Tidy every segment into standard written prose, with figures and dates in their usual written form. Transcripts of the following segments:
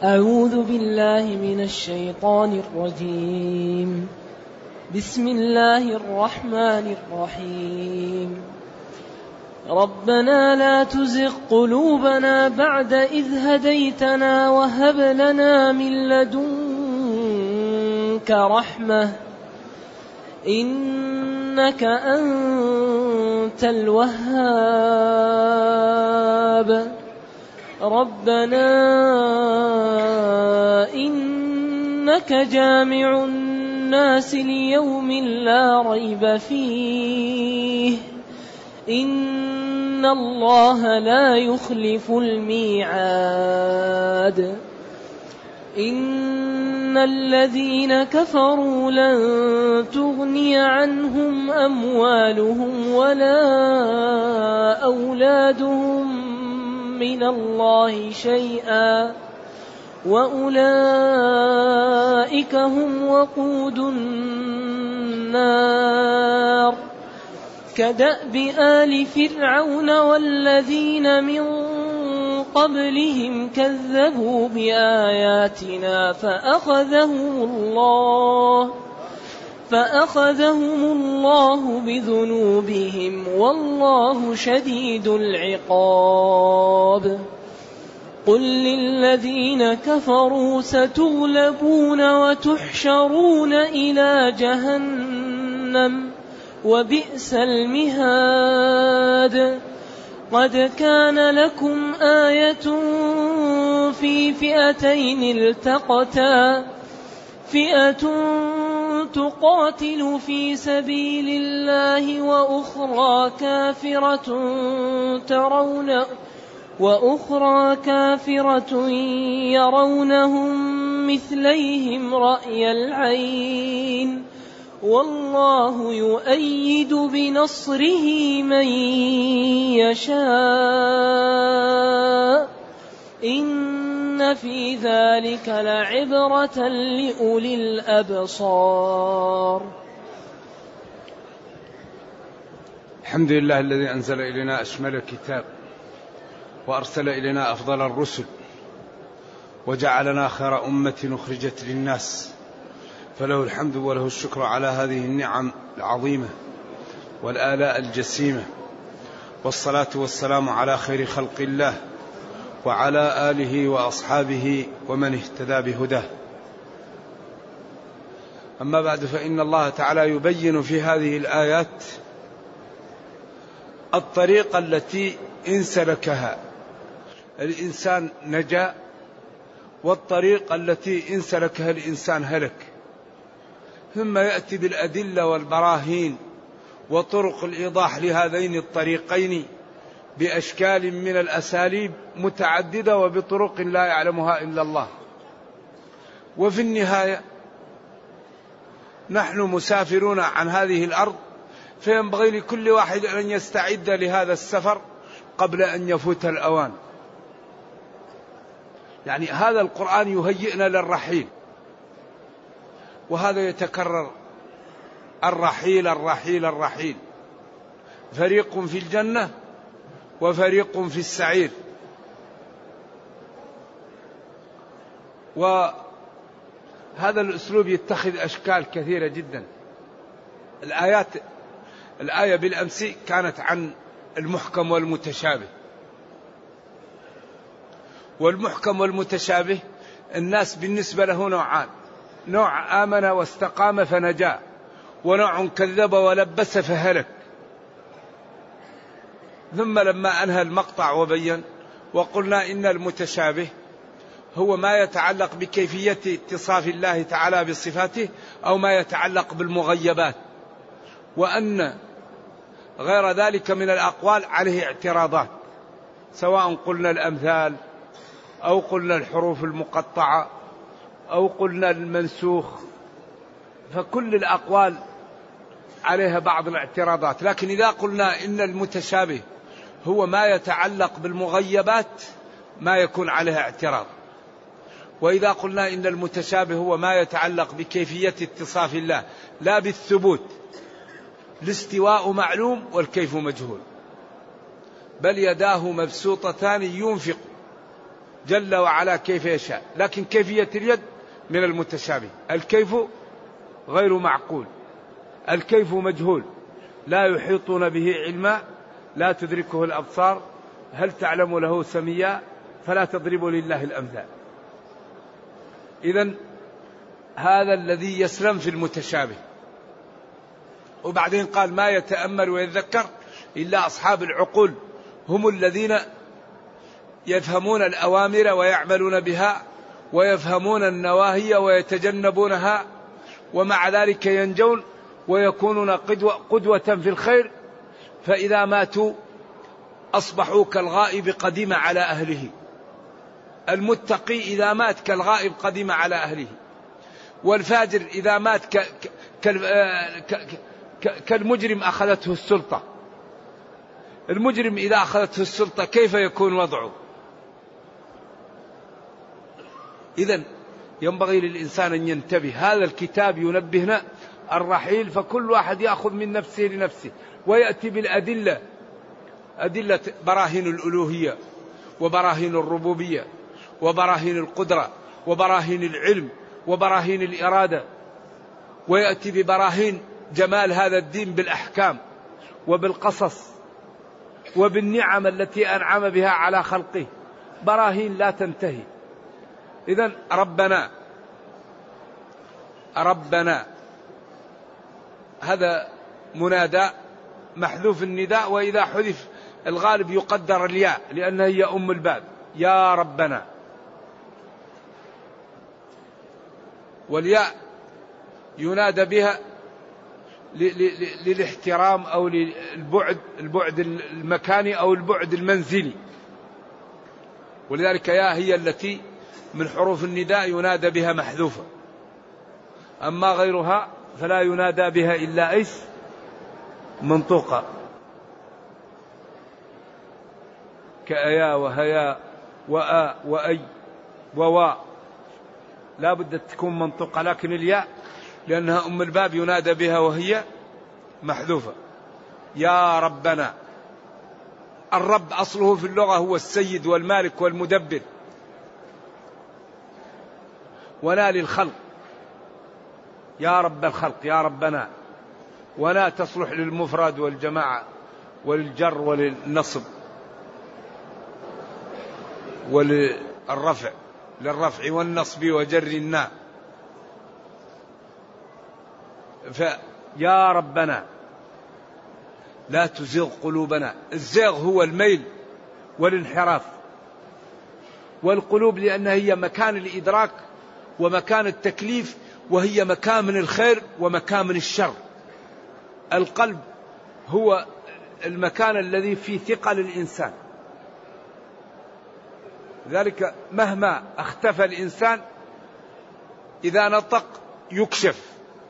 أعوذ بالله من الشيطان الرجيم. بسم الله الرحمن الرحيم. ربنا لا تزغ قلوبنا بعد إذ هديتنا وهب لنا من لدنك رحمة إنك أنت الوهاب. ربنا إنك جامع الناس ليوم لا ريب فيه إن الله لا يخلف الميعاد. إن الذين كفروا لن تغني عنهم أموالهم ولا أولادهم من الله شيئا وأولئك هم وقود النار. كدأب آل فرعون والذين من قبلهم كذبوا بآياتنا فأخذهم الله بذنوبهم والله شديد العقاب. قل للذين كفروا ستغلبون وتحشرون إلى جهنم وبئس المهاد. قد كان لكم آية في فئتين التقتا فئة تقاتل في سبيل الله وأخرى كافرة يرونهم مثليهم رأي العين والله يؤيد بنصره من يشاء إن في ذلك لعبرة لأولي الأبصار. الحمد لله الذي أنزل إلينا أشمل الكتاب وأرسل إلينا أفضل الرسل وجعلنا خير أمة أخرجت للناس، فله الحمد وله الشكر على هذه النعم العظيمة والآلاء الجسيمة، والصلاة والسلام على خير خلق الله وعلى آله وأصحابه ومن اهتدى بهداه. أما بعد، فإن الله تعالى يبين في هذه الآيات الطريقة التي إن سلكها الإنسان نجا، والطريقة التي إن سلكها الإنسان هلك، ثم يأتي بالأدلة والبراهين وطرق الإيضاح لهذين الطريقين بأشكال من الأساليب متعددة وبطرق لا يعلمها إلا الله. وفي النهاية نحن مسافرون عن هذه الأرض، فينبغي لكل واحد أن يستعد لهذا السفر قبل أن يفوت الأوان. يعني هذا القرآن يهيئنا للرحيل، وهذا يتكرر: الرحيل الرحيل الرحيل، فريق في الجنة وفريق في السعير. وهذا الأسلوب يتخذ أشكال كثيرة جدا. الآية بالأمس كانت عن المحكم والمتشابه، والمحكم والمتشابه الناس بالنسبة له نوعان: نوع آمن واستقام فنجا، ونوع كذب ولبس فهلك. ثم لما أنهى المقطع وبين وقلنا إن المتشابه هو ما يتعلق بكيفية اتصاف الله تعالى بصفاته أو ما يتعلق بالمغيبات، وأن غير ذلك من الأقوال عليه اعتراضات، سواء قلنا الأمثال أو قلنا الحروف المقطعة أو قلنا المنسوخ، فكل الأقوال عليها بعض الاعتراضات. لكن إذا قلنا إن المتشابه هو ما يتعلق بالمغيبات ما يكون عليها اعتراض، وإذا قلنا إن المتشابه هو ما يتعلق بكيفية اتصاف الله لا بالثبوت، الاستواء معلوم والكيف مجهول، بل يداه مبسوطتان ينفق جل وعلا كيف يشاء، لكن كيفية اليد من المتشابه. الكيف غير معقول، الكيف مجهول، لا يحيطون به علما، لا تدركه الأبصار، هل تعلم له سميا، فلا تضربوا لله الأمثال. إذن هذا الذي يسلم في المتشابه. وبعدين قال ما يتأمل ويذكر إلا أصحاب العقول، هم الذين يفهمون الأوامر ويعملون بها، ويفهمون النواهي ويتجنبونها، ومع ذلك ينجون ويكونون قدوة في الخير، فإذا ماتوا أصبحوا كالغائب قدم على أهله. المتقي إذا مات كالغائب قدم على أهله، والفاجر إذا مات كالمجرم أخذته السلطة. المجرم إذا أخذته السلطة كيف يكون وضعه؟ إذن ينبغي للإنسان أن ينتبه. هذا الكتاب ينبهنا الرحيل، فكل واحد يأخذ من نفسه لنفسه، ويأتي بالأدلة، أدلة براهين الألوهية، وبراهين الربوبية، وبراهين القدرة، وبراهين العلم، وبراهين الإرادة، ويأتي ببراهين جمال هذا الدين بالأحكام وبالقصص وبالنعم التي أنعم بها على خلقه، براهين لا تنتهي. إذن ربنا هذا منادى محذوف النداء، وإذا حذف الغالب يقدر الياء لأنها هي أم الباب، يا ربنا. والياء ينادى بها للاحترام أو البعد المكاني أو البعد المنزلي، ولذلك يا هي التي من حروف النداء ينادى بها محذوفة. أما غيرها فلا ينادى بها إلا إيش؟ منطوقة، كأيا وهيا وآ وأي ووا، لا بد تكون منطوقة، لكن الياء لأنها أم الباب ينادى بها وهي محذوفة. يا ربنا. الرب أصله في اللغة هو السيد والمالك والمدبر، ونا للخلق، يا رب الخلق، يا ربنا. ونا تصلح للمفرد والجماعة وللجر وللنصب وللرفع، للرفع والنصب وجر النا. فيا ربنا لا تزغ قلوبنا. الزيغ هو الميل والانحراف، والقلوب لأنها هي مكان الإدراك ومكان التكليف، وهي مكان من الخير ومكان من الشر. القلب هو المكان الذي فيه ثقل الإنسان، ذلك مهما اختفى الإنسان إذا نطق يكشف،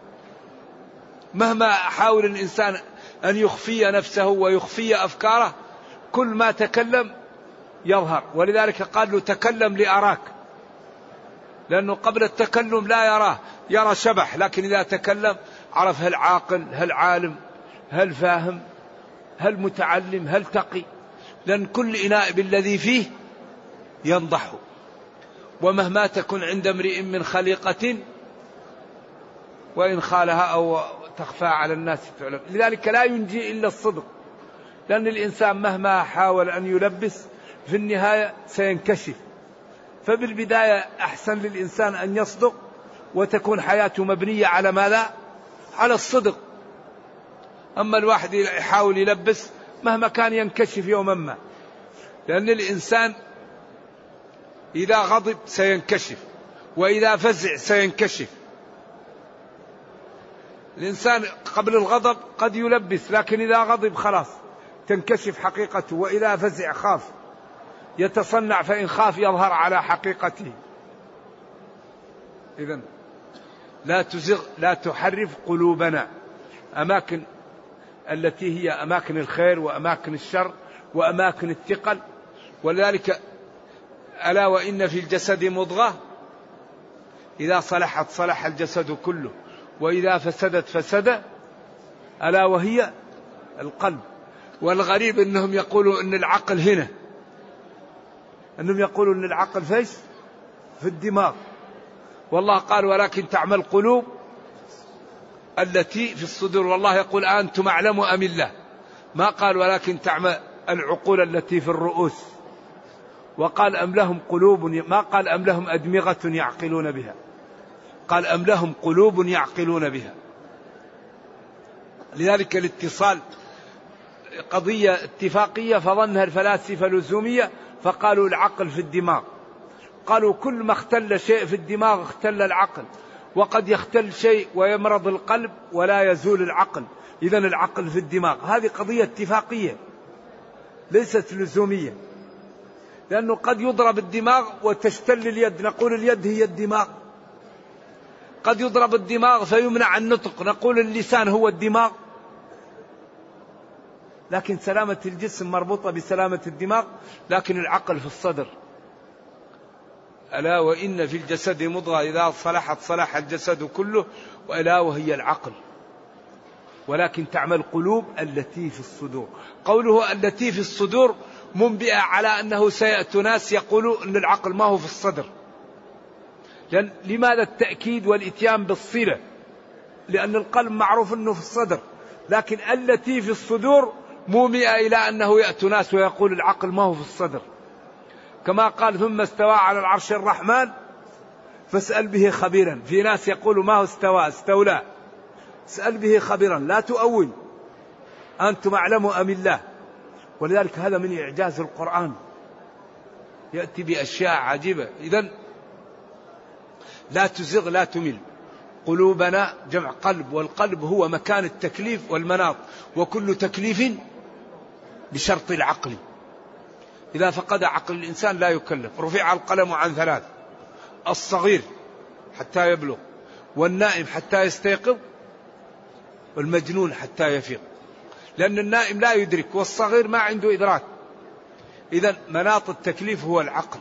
مهما حاول الإنسان أن يخفي نفسه ويخفي أفكاره، كل ما تكلم يظهر. ولذلك قال له تكلم لأراك، لأنه قبل التكلم لا يراه، يرى شبح، لكن إذا تكلم عرف هل عاقل، هل عالم، هل فاهم، هل متعلم، هل تقي، لأن كل إناء بالذي فيه ينضح. ومهما تكن عند امرئ من خليقة وإن خالها أو تخفى على الناس تعلم. لذلك لا ينجي إلا الصدق، لأن الإنسان مهما حاول أن يلبس في النهاية سينكشف. فبالبداية أحسن للإنسان أن يصدق، وتكون حياته مبنية على ماذا؟ على الصدق. أما الواحد يحاول يلبس مهما كان ينكشف يوما ما، لأن الإنسان إذا غضب سينكشف، وإذا فزع سينكشف. الإنسان قبل الغضب قد يلبس، لكن إذا غضب خلاص تنكشف حقيقته، وإذا فزع خاف يتصنع، فإن خاف يظهر على حقيقته. إذن لا تزغ، لا تحرف قلوبنا، أماكن التي هي أماكن الخير وأماكن الشر وأماكن الثقل. ولذلك ألا وإن في الجسد مضغة إذا صلحت صلح الجسد كله، وإذا فسدت فسد، ألا وهي القلب. والغريب أنهم يقولوا أن العقل هنا، أنهم يقولون أن العقل فيش في الدماغ، والله قال ولكن تعمى القلوب التي في الصدور، والله يقول أنتم أعلم أم الله، ما قال ولكن تعمى العقول التي في الرؤوس. وقال أم لهم قلوب، ما قال أم لهم أدمغة يعقلون بها، قال أم لهم قلوب يعقلون بها. لذلك الاتصال قضية اتفاقية فظنها الفلاسفة اللزومية، فقالوا العقل في الدماغ. قالوا كل ما اختل شيء في الدماغ اختل العقل، وقد يختل شيء ويمرض القلب ولا يزول العقل، إذن العقل في الدماغ. هذه قضية اتفاقية ليست لزومية، لأنه قد يضرب الدماغ وتشتل اليد، نقول اليد هي الدماغ. قد يضرب الدماغ فيمنع النطق، نقول اللسان هو الدماغ. لكن سلامة الجسم مربوطة بسلامة الدماغ، لكن العقل في الصدر. ألا وإن في الجسد مضغة إذا صلحت صلح الجسد كله، وألا وهي العقل. ولكن تعمى القلوب التي في الصدور. قوله التي في الصدور منبئة على أنه سيأتي ناس يقولوا أن العقل ما هو في الصدر. لماذا التأكيد والإتيان بالصلة؟ لأن القلب معروف أنه في الصدر، لكن التي في الصدور مومئة إلى أنه يأتي ناس ويقول العقل ما هو في الصدر. كما قال ثم استوى على العرش الرحمن فاسأل به خبيرا. في ناس يقولوا ما هو استوى، استولى. اسأل به خبيرا، لا تؤول، أنتم أعلم أم الله. ولذلك هذا من إعجاز القرآن، يأتي بأشياء عجيبة. إذن لا تزغ لا تمل قلوبنا، جمع قلب، والقلب هو مكان التكليف والمناط، وكل تكليف بشرط العقل. إذا فقد عقل الإنسان لا يكلف. رفع القلم عن ثلاث: الصغير حتى يبلغ، والنائم حتى يستيقظ، والمجنون حتى يفيق. لأن النائم لا يدرك، والصغير ما عنده إدراك. إذن مناط التكليف هو العقل.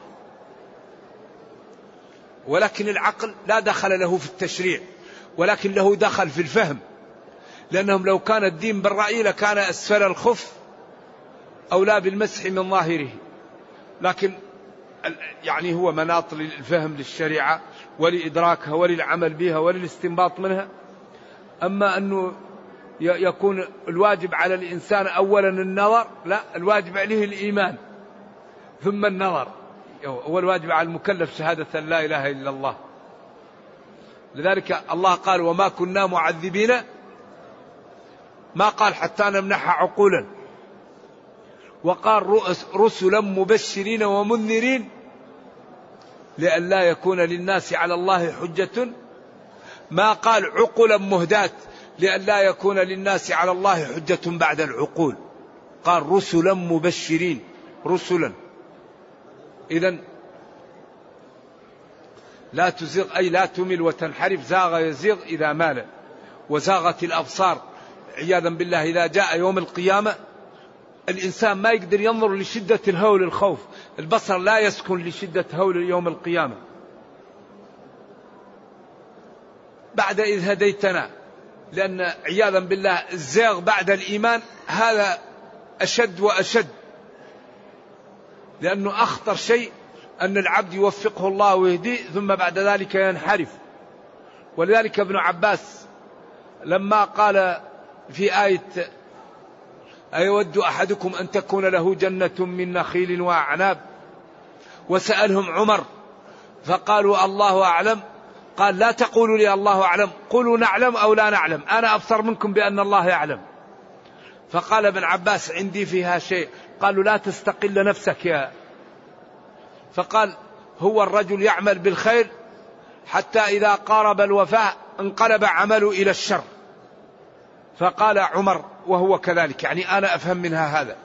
ولكن العقل لا دخل له في التشريع، ولكن له دخل في الفهم. لأنهم لو كان الدين بالرأي لكان أسفل الخف أولى بالمسح من ظاهره. لكن يعني هو مناط للفهم للشريعة ولإدراكها وللعمل بها وللاستنباط منها. أما أنه يكون الواجب على الإنسان أولا النظر، لا، الواجب عليه الإيمان ثم النظر. هو الواجب على المكلف شهادة لا إله إلا الله. لذلك الله قال وما كنا معذبين، ما قال حتى نمنح عقولا. وقال رسلا مبشرين ومنذرين لئلا يكون للناس على الله حجة. ما قال عقلا مهداة لئلا يكون للناس على الله حجة بعد العقول. قال رسلا مبشرين، رسلا. إذن لا تزغ أي لا تمل وتنحرف. زاغ يزيغ إذا مال، وزاغت الأبصار عياذا بالله. إذا جاء يوم القيامة الإنسان ما يقدر ينظر لشدة الهول الخوف، البصر لا يسكن لشدة هول يوم القيامة. بعد إذ هديتنا، لأن عياذا بالله الزاغ بعد الإيمان هذا أشد وأشد، لأنه أخطر شيء أن العبد يوفقه الله ويهديه ثم بعد ذلك ينحرف. ولذلك ابن عباس لما قال في آية أيود أحدكم أن تكون له جنة من نخيل وأعناب، وسألهم عمر فقالوا الله أعلم، قال لا تقولوا لي الله أعلم، قولوا نعلم أو لا نعلم، أنا أبصر منكم بأن الله يعلم. فقال ابن عباس عندي فيها شيء. قالوا لا تستقل نفسك يا. فقال هو الرجل يعمل بالخير حتى إذا قارب الوفاة انقلب عمله إلى الشر. فقال عمر وهو كذلك، يعني أنا أفهم منها هذا.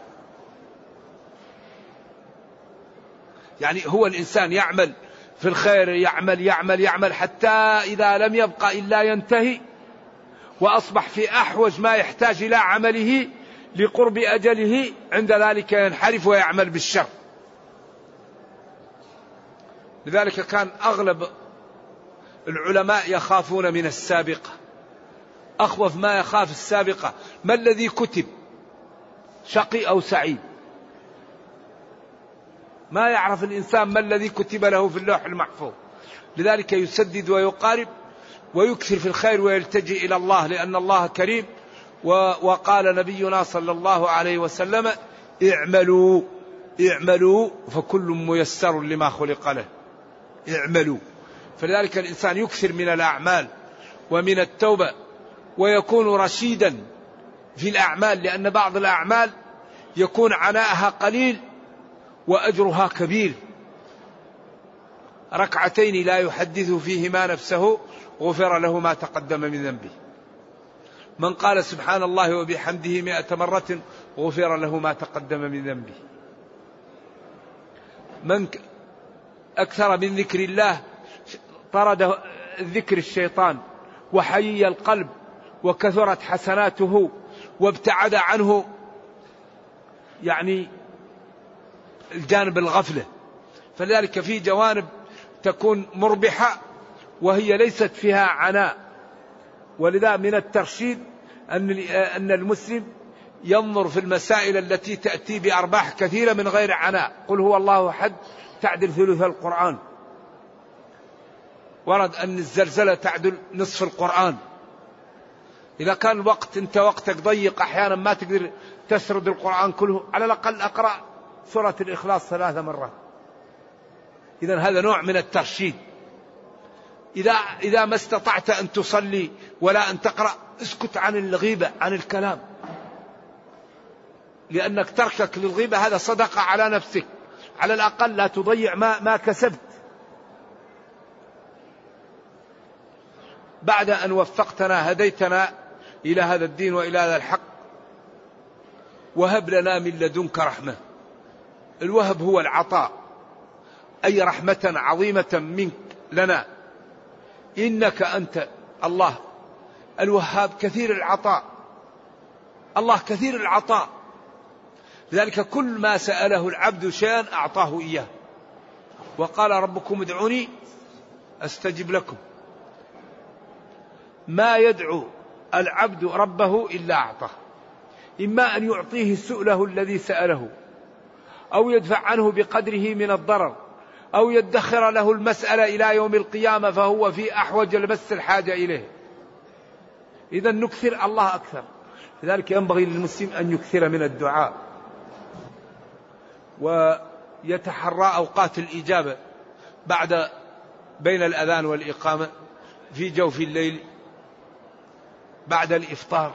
يعني هو الإنسان يعمل في الخير، يعمل حتى إذا لم يبقى إلا ينتهي، وأصبح في أحوج ما يحتاج إلى عمله لقرب أجله، عند ذلك ينحرف ويعمل بالشر. لذلك كان أغلب العلماء يخافون من السابقة، أخوف ما يخاف السابقة. ما الذي كتب؟ شقي أو سعيد؟ ما يعرف الإنسان ما الذي كتب له في اللوح المحفوظ. لذلك يسدد ويقارب ويكثر في الخير ويلتجئ إلى الله، لأن الله كريم. وقال نبينا صلى الله عليه وسلم: اعملوا فكل ميسر لما خلق له. اعملوا. فلذلك الإنسان يكثر من الأعمال ومن التوبة ويكون رشيدا في الأعمال، لأن بعض الأعمال يكون عناءها قليل وأجرها كبير. ركعتين لا يحدث فيهما نفسه غفر له ما تقدم من ذنبه. من قال سبحان الله وبحمده 100 مرة غفر له ما تقدم من ذنبه. من أكثر من ذكر الله طرد ذكر الشيطان وحيي القلب وكثرت حسناته وابتعد عنه يعني الجانب الغفلة. فلذلك في جوانب تكون مربحة وهي ليست فيها عناء. ولذا من الترشيد أن المسلم ينظر في المسائل التي تأتي بأرباح كثيرة من غير عناء. قل هو الله أحد تعدل ثلث القرآن. ورد أن الزلزلة تعدل نصف القرآن. إذا كان الوقت أنت وقتك ضيق أحيانا ما تقدر تسرد القرآن كله، على الأقل أقرأ سورة الإخلاص 3 مرات. إذن هذا نوع من الترشيد. إذا ما استطعت أن تصلي ولا أن تقرأ اسكت عن الغيبة، عن الكلام، لأنك تركك للغيبة هذا صدقة على نفسك. على الأقل لا تضيع ما كسبت. بعد أن وفقتنا هديتنا إلى هذا الدين وإلى هذا الحق، وهب لنا من لدنك رحمة. الوهب هو العطاء، أي رحمة عظيمة منك لنا. إنك أنت الله الوهاب كثير العطاء. الله كثير العطاء، لذلك كل ما سأله العبد شيئا أعطاه إياه. وقال ربكم ادعوني أستجب لكم. ما يدعو العبد ربه إلا أعطاه، إما أن يعطيه سؤله الذي سأله، أو يدفع عنه بقدره من الضرر، أو يدخر له المسألة إلى يوم القيامة فهو في أحوج لمس الحاجة إليه. إذا نكثر الله أكثر. لذلك ينبغي للمسلم أن يكثر من الدعاء ويتحرى أوقات الإجابة بعد بين الأذان والإقامة، في جوف الليل، بعد الإفطار،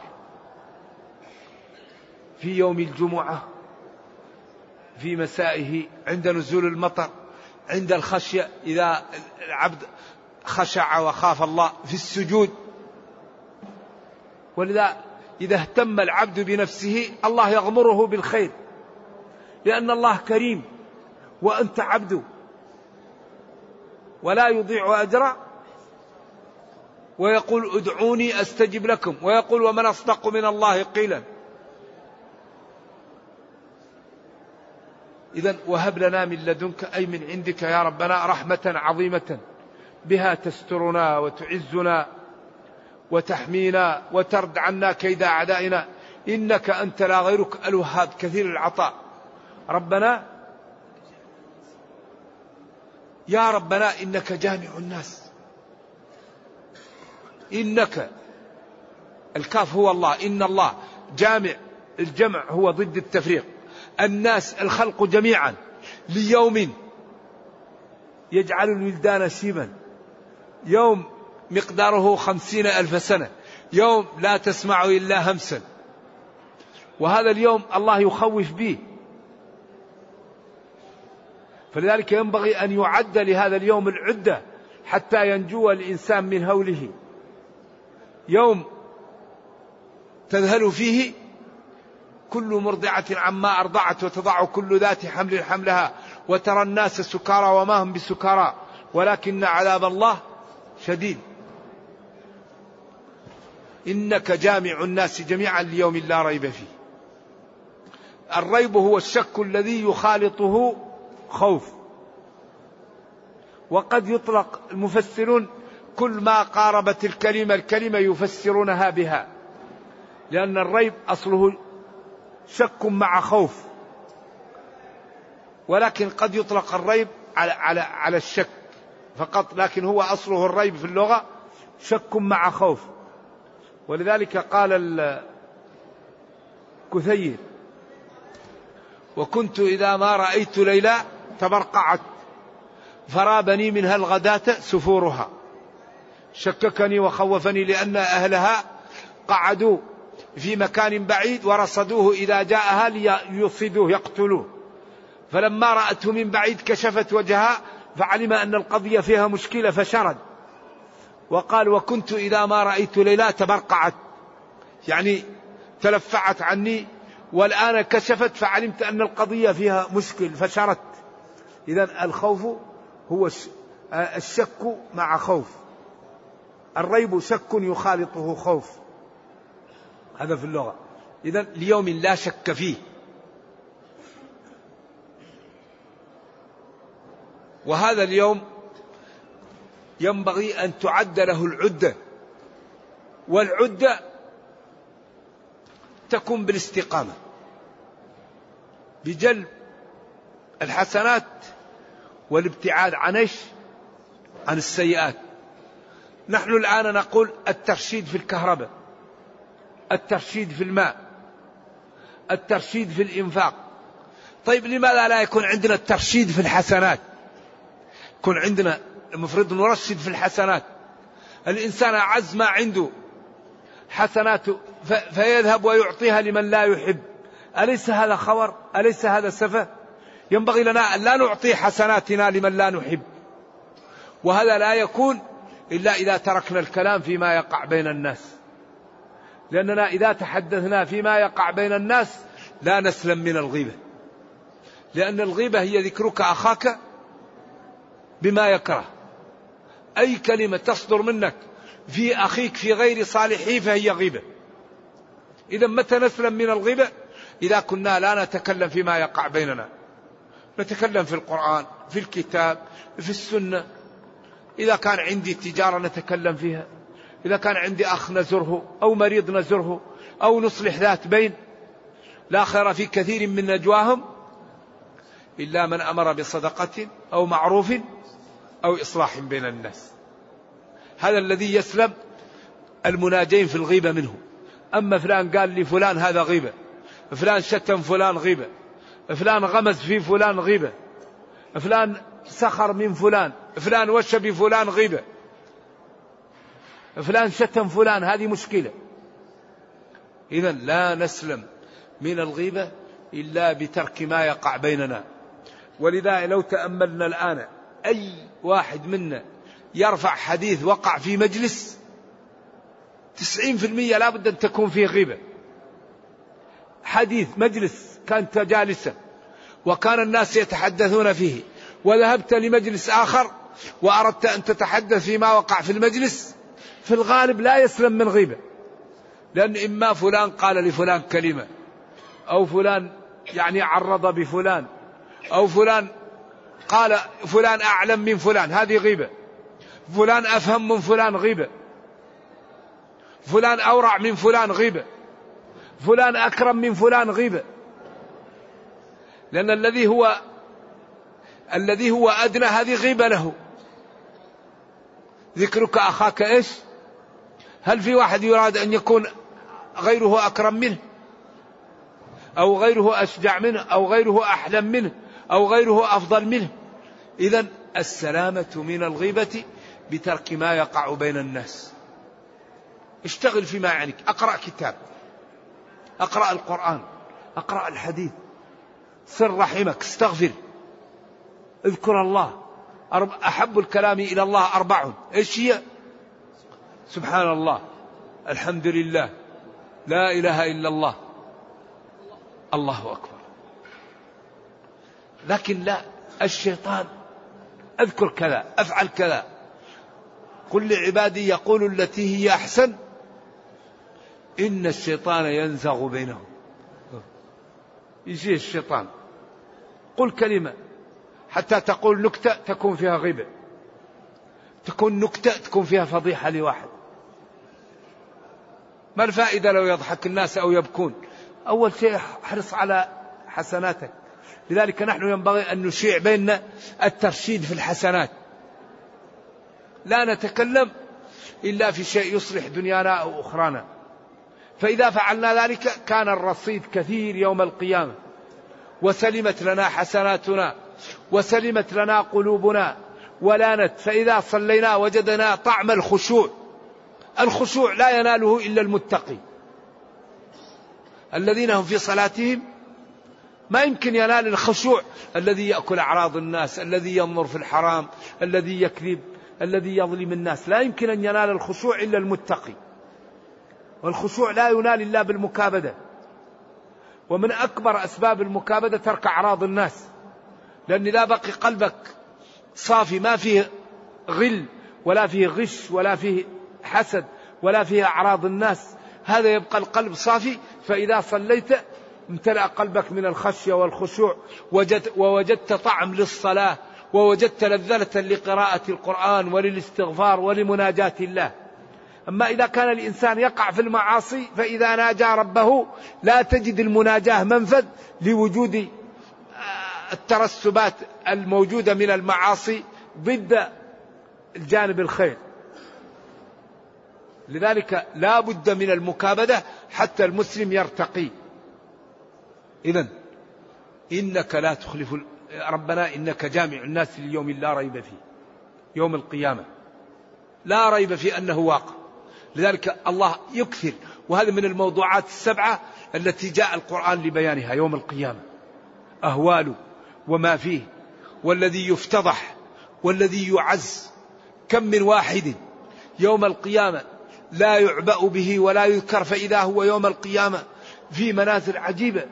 في يوم الجمعة، في مسائه، عند نزول المطر، عند الخشية إذا العبد خشع وخاف الله، في السجود. ولذا إذا اهتم العبد بنفسه الله يغمره بالخير، لأن الله كريم وأنت عبد ولا يضيع أجره. ويقول ادعوني أستجب لكم، ويقول ومن أصدق من الله قيلا. إذن وهب لنا من لدنك أي من عندك يا ربنا رحمة عظيمة بها تسترنا وتعزنا وتحمينا وترد عنا كيد أعدائنا. إنك أنت لا غيرك الوهاب كثير العطاء. ربنا يا ربنا إنك جامع الناس. إنك الكاف هو الله، إن الله جامع، الجمع هو ضد التفريق. الناس الخلق جميعا ليوم يجعل الولدان شيبا، يوم مقداره 50,000 سنة، يوم لا تسمع إلا همسا. وهذا اليوم الله يخوف به، فلذلك ينبغي أن يعد لهذا اليوم العدة حتى ينجو الإنسان من هوله. يوم تذهل فيه كل مرضعة عما أرضعت وتضع كل ذات حمل حملها وترى الناس سكارى وما هم بسكارى ولكن عذاب الله شديد. إنك جامع الناس جميعا ليوم لا ريب فيه. الريب هو الشك الذي يخالطه خوف. وقد يطلق المفسرون كل ما قاربت الكلمة يفسرونها بها، لأن الريب أصله شك مع خوف. ولكن قد يطلق الريب على الشك فقط، لكن هو أصله الريب في اللغة شك مع خوف. ولذلك قال الكثير: وكنت إذا ما رأيت ليلى تبرقعت فرابني منها الغداة سفورها، شككني وخوفني لأن أهلها قعدوا في مكان بعيد ورصدوه إذا جاءها ليصيدوه يقتلوه، فلما رأته من بعيد كشفت وجهها فعلم أن القضية فيها مشكلة فشرد. وقال: وكنت إذا ما رأيت ليلى تبرقعت، يعني تلفعت عني، والآن كشفت فعلمت أن القضية فيها مشكل فشردت. إذن الخوف هو الشك مع خوف، الريب شك يخالطه خوف، هذا في اللغة. إذن ليوم لا شك فيه. وهذا اليوم ينبغي أن تعد له العدة، والعدة تكون بالاستقامة بجلب الحسنات والابتعاد عن السيئات. نحن الآن نقول الترشيد في الكهرباء، الترشيد في الماء، الترشيد في الإنفاق. طيب لماذا لا يكون عندنا الترشيد في الحسنات؟ يكون عندنا المفروض نرشد في الحسنات. الإنسان أعز ما عنده حسناته فيذهب ويعطيها لمن لا يحب، أليس هذا خور؟ أليس هذا سفه؟ ينبغي لنا أن لا نعطي حسناتنا لمن لا نحب. وهذا لا يكون إلا إذا تركنا الكلام فيما يقع بين الناس، لأننا إذا تحدثنا فيما يقع بين الناس لا نسلم من الغيبة، لأن الغيبة هي ذكرك أخاك بما يكره. أي كلمة تصدر منك في أخيك في غير صالحه فهي غيبة. إذا متى نسلم من الغيبة؟ إذا كنا لا نتكلم فيما يقع بيننا، نتكلم في القرآن، في الكتاب، في السنة. إذا كان عندي تجارة نتكلم فيها، إذا كان عندي أخ نزره أو مريض نزره أو نصلح ذات بين. لا خير في كثير من نجواهم إلا من أمر بصدقة أو معروف أو إصلاح بين الناس. هذا الذي يسلم المناجين في الغيبة منه. أما فلان قال لي فلان هذا غيبة، فلان شتم فلان غيبة، فلان غمز في فلان غيبة، فلان سخر من فلان، فلان وش بفلان غيبة، فلان شتم فلان، هذه مشكلة. إذن لا نسلم من الغيبة إلا بترك ما يقع بيننا. ولذا لو تأملنا الآن أي واحد منا يرفع حديث وقع في مجلس 90% لا بد أن تكون فيه غيبة. حديث مجلس كانت جالسا وكان الناس يتحدثون فيه، وذهبت لمجلس آخر وأردت أن تتحدث فيما وقع في المجلس، في الغالب لا يسلم من غيبة، لأن إما فلان قال لفلان كلمة، أو فلان يعني عرض بفلان، أو فلان قال فلان أعلم من فلان، هذه غيبة. فلان أفهم من فلان غيبة، فلان أورع من فلان غيبة، فلان أكرم من فلان غيبة. لأن الذي هو أدنى هذه غيبة له. ذكرك أخاك إيش؟ هل في واحد يراد أن يكون غيره أكرم منه، أو غيره أشجع منه، أو غيره أحلم منه، أو غيره أفضل منه؟ إذن السلامة من الغيبة بترك ما يقع بين الناس. اشتغل فيما يعنيك، أقرأ كتاب، أقرأ القرآن، أقرأ الحديث، صل رحمك، استغفر، اذكر الله. أحب الكلام إلى الله 4: إيش هي؟ سبحان الله، الحمد لله، لا إله إلا الله، الله أكبر. لكن لا، الشيطان أذكر كذا، أفعل كذا، قل لعبادي يقول التي هي أحسن إن الشيطان ينزغ بينهم. يجي الشيطان، قل كلمة حتى تقول نكتة تكون فيها غيبة، تكون نكتة تكون فيها فضيحة لواحد. ما الفائدة لو يضحك الناس أو يبكون؟ أول شيء احرص على حسناتك، لذلك نحن ينبغي أن نشيع بيننا الترشيد في الحسنات، لا نتكلم إلا في شيء يصلح دنيانا أو أخرانا. فإذا فعلنا ذلك كان الرصيد كثير يوم القيامة، وسلمت لنا حسناتنا وسلمت لنا قلوبنا ولانت. فإذا صلينا وجدنا طعم الخشوع. الخشوع لا يناله إلا المتقي، الذين هم في صلاتهم ما يمكن ينال الخشوع الذي يأكل أعراض الناس، الذي ينظر في الحرام، الذي يكذب، الذي يظلم الناس. لا يمكن أن ينال الخشوع إلا المتقي. والخشوع لا ينال إلا بالمكابدة. ومن أكبر أسباب المكابدة ترك أعراض الناس، لأن إذا بقي قلبك صافي ما فيه غل ولا فيه غش ولا فيه حسد ولا فيه أعراض الناس، هذا يبقى القلب صافي. فإذا صليت امتلأ قلبك من الخشية والخشوع، ووجدت طعم للصلاة، ووجدت لذة لقراءة القرآن وللاستغفار ولمناجاة الله. أما إذا كان الإنسان يقع في المعاصي فإذا ناجى ربه لا تجد المناجاة منفذ لوجود الترسبات الموجودة من المعاصي ضد الجانب الخير. لذلك لا بد من المكابدة حتى المسلم يرتقي. إذن إنك لا تخلف ربنا إنك جامع الناس ليوم لا ريب فيه، يوم القيامة لا ريب في أنه واقع. لذلك الله يكثر، وهذا من الموضوعات السبعة التي جاء القرآن لبيانها. يوم القيامة أهواله وما فيه، والذي يفتضح والذي يعز. كم من واحد يوم القيامة لا يعبأ به ولا يذكر، فإذا هو يوم القيامة في منازل عجيبة،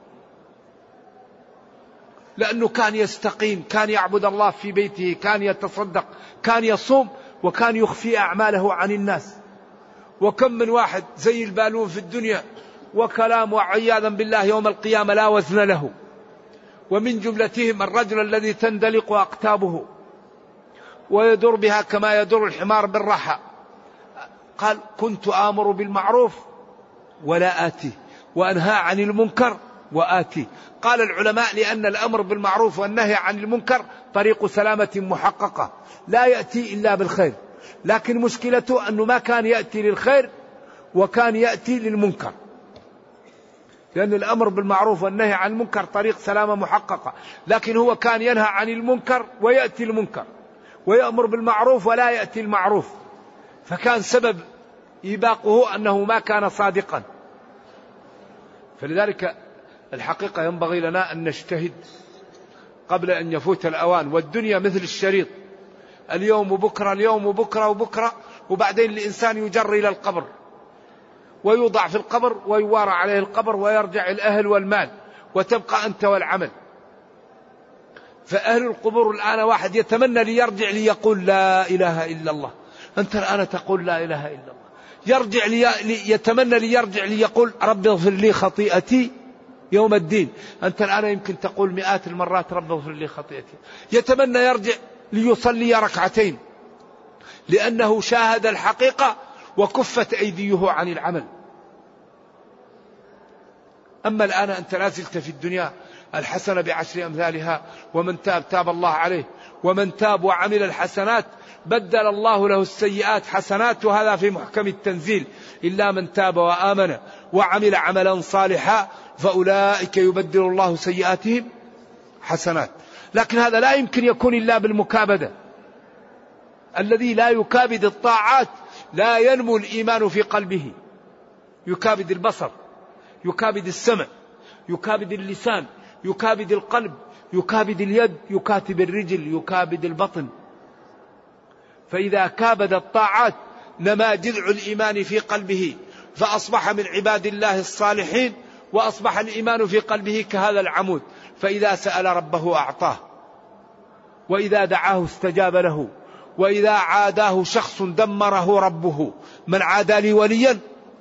لأنه كان يستقيم، كان يعبد الله في بيته، كان يتصدق، كان يصوم، وكان يخفي أعماله عن الناس. وكم من واحد زي البالون في الدنيا وكلام وعياذا بالله يوم القيامة لا وزن له. ومن جملتهم الرجل الذي تندلق أقتابه ويدور بها كما يدور الحمار بالرحى. قال كنت آمر بالمعروف ولا آتي، وأنهى عن المنكر وآتي. قال العلماء لأن الأمر بالمعروف والنهي عن المنكر طريق سلامة محققة، لا يأتي إلا بالخير، لكن مشكلته أنه ما كان يأتي للخير وكان يأتي للمنكر. لأن الأمر بالمعروف والنهي عن المنكر طريق سلامة محققة، لكن هو كان ينهى عن المنكر ويأتي المنكر، ويأمر بالمعروف ولا يأتي المعروف. فكان سبب إباقه أنه ما كان صادقا. فلذلك الحقيقة ينبغي لنا أن نجتهد قبل أن يفوت الأوان. والدنيا مثل الشريط، اليوم وبكرة، اليوم وبكرة وبكرة، وبعدين الإنسان يجر إلى القبر ويوضع في القبر ويوارى عليه القبر ويرجع الأهل والمال، وتبقى أنت والعمل. فأهل القبور الآن واحد يتمنى ليرجع ليقول لا إله إلا الله، أنت الآن تقول لا إله إلا الله. يرجع يتمنى ليرجع ليقول رب اغفر لي خطيئتي يوم الدين، أنت الآن يمكن تقول مئات المرات رب اغفر لي خطيئتي. يتمنى يرجع ليصلي ركعتين لأنه شاهد الحقيقة وكفت أيديه عن العمل. أما الآن أنت لا زلت في الدنيا الحسنة بعشر أمثالها، ومن تاب تاب الله عليه، ومن تاب وعمل الحسنات بدل الله له السيئات حسنات، وهذا في محكم التنزيل. إلا من تاب وآمن وعمل عملا صالحا فأولئك يبدل الله سيئاتهم حسنات. لكن هذا لا يمكن يكون إلا بالمكابدة. الذي لا يكابد الطاعات لا ينمو الإيمان في قلبه. يكابد البصر، يكابد السمع، يكابد اللسان، يكابد القلب، يكابد اليد، يكاتب الرجل، يكابد البطن. فإذا كابد الطاعات نما جذع الإيمان في قلبه، فأصبح من عباد الله الصالحين، وأصبح الإيمان في قلبه كهذا العمود. فإذا سأل ربه أعطاه، وإذا دعاه استجاب له، وإذا عاداه شخص دمره ربه. من عادى لي وليا.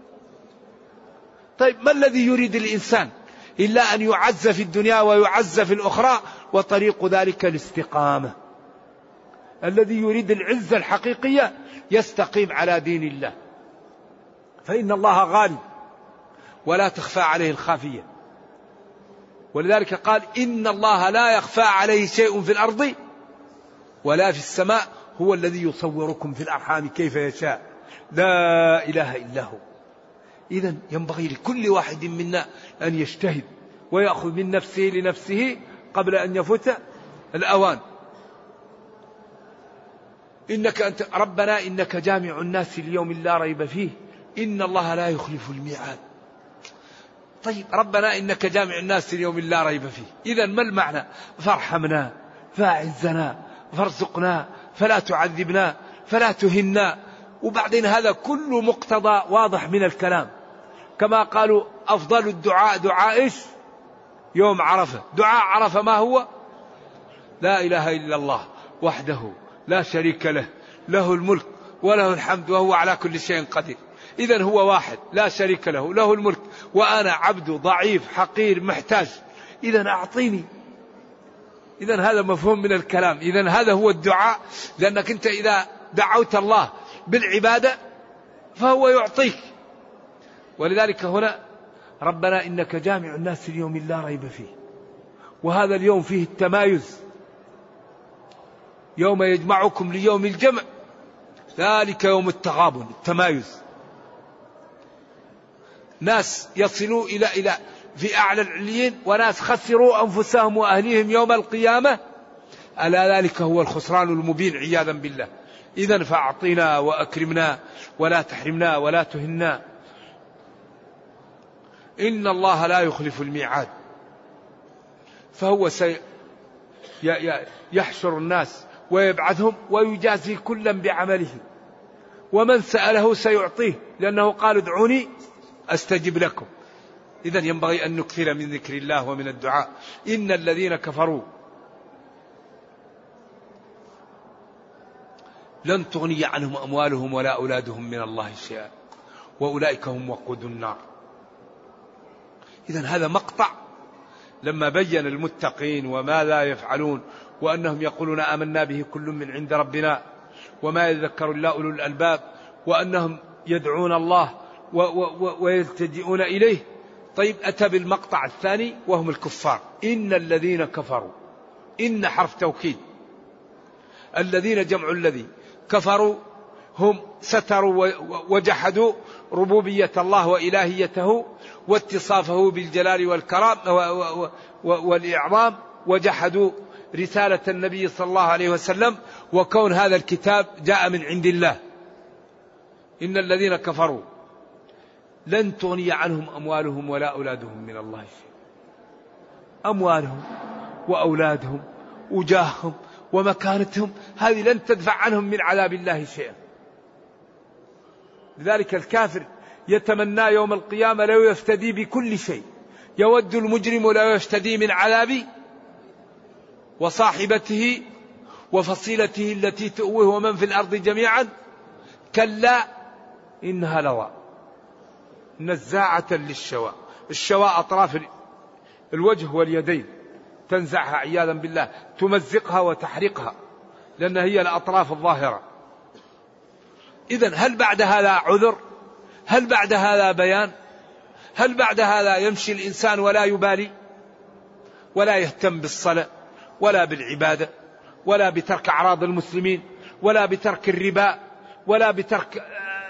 طيب ما الذي يريد الإنسان إلا أن يعز في الدنيا ويعز في الأخرى، وطريق ذلك الاستقامة. الذي يريد العزة الحقيقية يستقيم على دين الله، فإن الله غالب ولا تخفى عليه الخافية. ولذلك قال إن الله لا يخفى عليه شيء في الأرض ولا في السماء هو الذي يصوركم في الأرحام كيف يشاء لا إله إلا هو. إذن ينبغي لكل واحد منا أن يجتهد ويأخذ من نفسه لنفسه قبل أن يفوت الأوان. إنك أنت ربنا إنك جامع الناس اليوم لا ريب فيه إن الله لا يخلف الميعاد. طيب ربنا إنك جامع الناس اليوم لا ريب فيه، إذن ما المعنى؟ فارحمنا فاعزنا فارزقنا فلا تعذبنا فلا تهنا. وبعدين هذا كل مقتضى واضح من الكلام. كما قالوا أفضل الدعاء دعاء إيش؟ يوم عرفة. دعاء عرفة ما هو؟ لا إله إلا الله وحده لا شريك له له الملك وله الحمد وهو على كل شيء قدير. إذن هو واحد لا شريك له له الملك وأنا عبد ضعيف حقير محتاج، إذن أعطيني. إذن هذا مفهوم من الكلام. إذن هذا هو الدعاء، لأنك أنت إذا دعوت الله بالعبادة فهو يعطيك. ولذلك هنا ربنا إنك جامع الناس اليوم لا ريب فيه، وهذا اليوم فيه التمايز، يوم يجمعكم ليوم الجمع ذلك يوم التغابن، التمايز. ناس يصلوا إلى في أعلى العليين وناس خسروا أنفسهم وأهليهم يوم القيامة، ألا ذلك هو الخسران المبين عياذا بالله. إذن فأعطنا وأكرمنا ولا تحرمنا ولا تهنا. إن الله لا يخلف الميعاد، فهو يحشر الناس ويبعثهم ويجازي كلا بعمله، ومن سأله سيعطيه، لأنه قال ادعوني أستجب لكم. إذن ينبغي أن نكثر من ذكر الله ومن الدعاء. إن الذين كفروا لن تغني عنهم أموالهم ولا أولادهم من الله شيئا وأولئك هم وقود النار. إذن هذا مقطع لما بين المتقين وما لا يفعلون وأنهم يقولون آمنا به كل من عند ربنا وما يذكر إلا أولو الألباب، وأنهم يدعون الله ويلتجئون إليه. طيب أتى بالمقطع الثاني وهم الكفار. إن الذين كفروا، إن حرف توكيد، الذين جمع الذي، كفروا هم ستروا وجحدوا ربوبية الله وإلهيته واتصافه بالجلال والكرام والإعظام، وجحدوا رسالة النبي صلى الله عليه وسلم وكون هذا الكتاب جاء من عند الله. إن الذين كفروا لن تغني عنهم أموالهم ولا أولادهم من الله شيء. أموالهم وأولادهم وجاههم ومكانتهم هذه لن تدفع عنهم من عذاب الله شيئا. لذلك الكافر يتمنى يوم القيامة لو يفتدي بكل شيء، يود المجرم لو يفتدي من عذاب وصاحبته وفصيلته التي تؤويه ومن في الأرض جميعا كلا إنها لظى نزاعة للشوى. الشوى أطراف الوجه واليدين، تنزعها عياذا بالله، تمزقها وتحرقها لأن هي الأطراف الظاهرة. إذن هل بعد هذا عذر؟ هل بعد هذا بيان؟ هل بعد هذا يمشي الإنسان ولا يبالي ولا يهتم بالصلاة ولا بالعبادة ولا بترك أعراض المسلمين ولا بترك الربا ولا بترك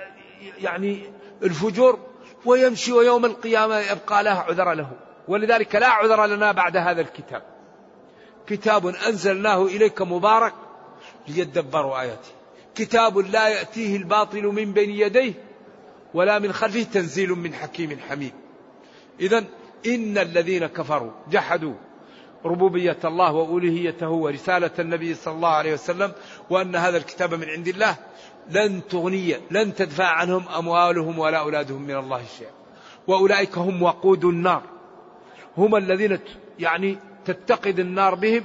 الفجور، ويمشي ويوم القيامة يبقى له عذر له؟ ولذلك لا عذر لنا بعد هذا الكتاب. كتاب أنزلناه إليك مبارك ليدبروا آياته، كتاب لا يأتيه الباطل من بين يديه ولا من خلفه، تنزيل من حكيم حميد. إذن إن الذين كفروا جحدوا ربوبية الله وألوهيته ورسالة النبي صلى الله عليه وسلم وأن هذا الكتاب من عند الله لن تغني، لن تدفع عنهم أموالهم ولا أولادهم من الله شيئا وأولئك هم وقود النار، هم الذين تتقد النار بهم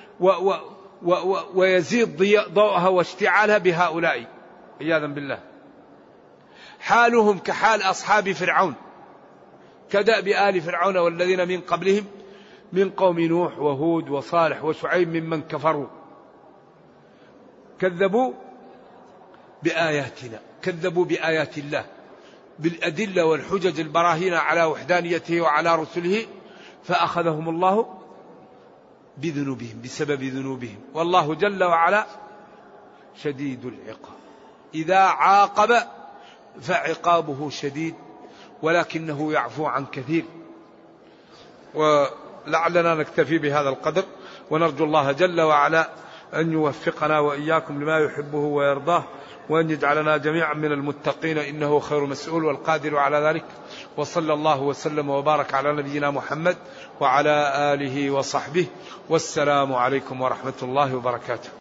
ويزيد ضوءها واشتعالها بهؤلاء عياذا بالله. حالهم كحال أصحاب فرعون، كدأب آل فرعون والذين من قبلهم من قوم نوح وهود وصالح وشعيب ممن كفروا كذبوا بآياتنا، كذبوا بآيات الله بالأدلة والحجج البراهين على وحدانيته وعلى رسله، فأخذهم الله بذنوبهم بسبب ذنوبهم، والله جل وعلا شديد العقاب. إذا عاقب فعقابه شديد ولكنه يعفو عن كثير. ولعلنا نكتفي بهذا القدر، ونرجو الله جل وعلا أن يوفقنا وإياكم لما يحبه ويرضاه، وأن يجعلنا جميعا من المتقين، إنه خير مسؤول والقادر على ذلك. وصلى الله وسلم وبارك على نبينا محمد وعلى آله وصحبه، والسلام عليكم ورحمة الله وبركاته.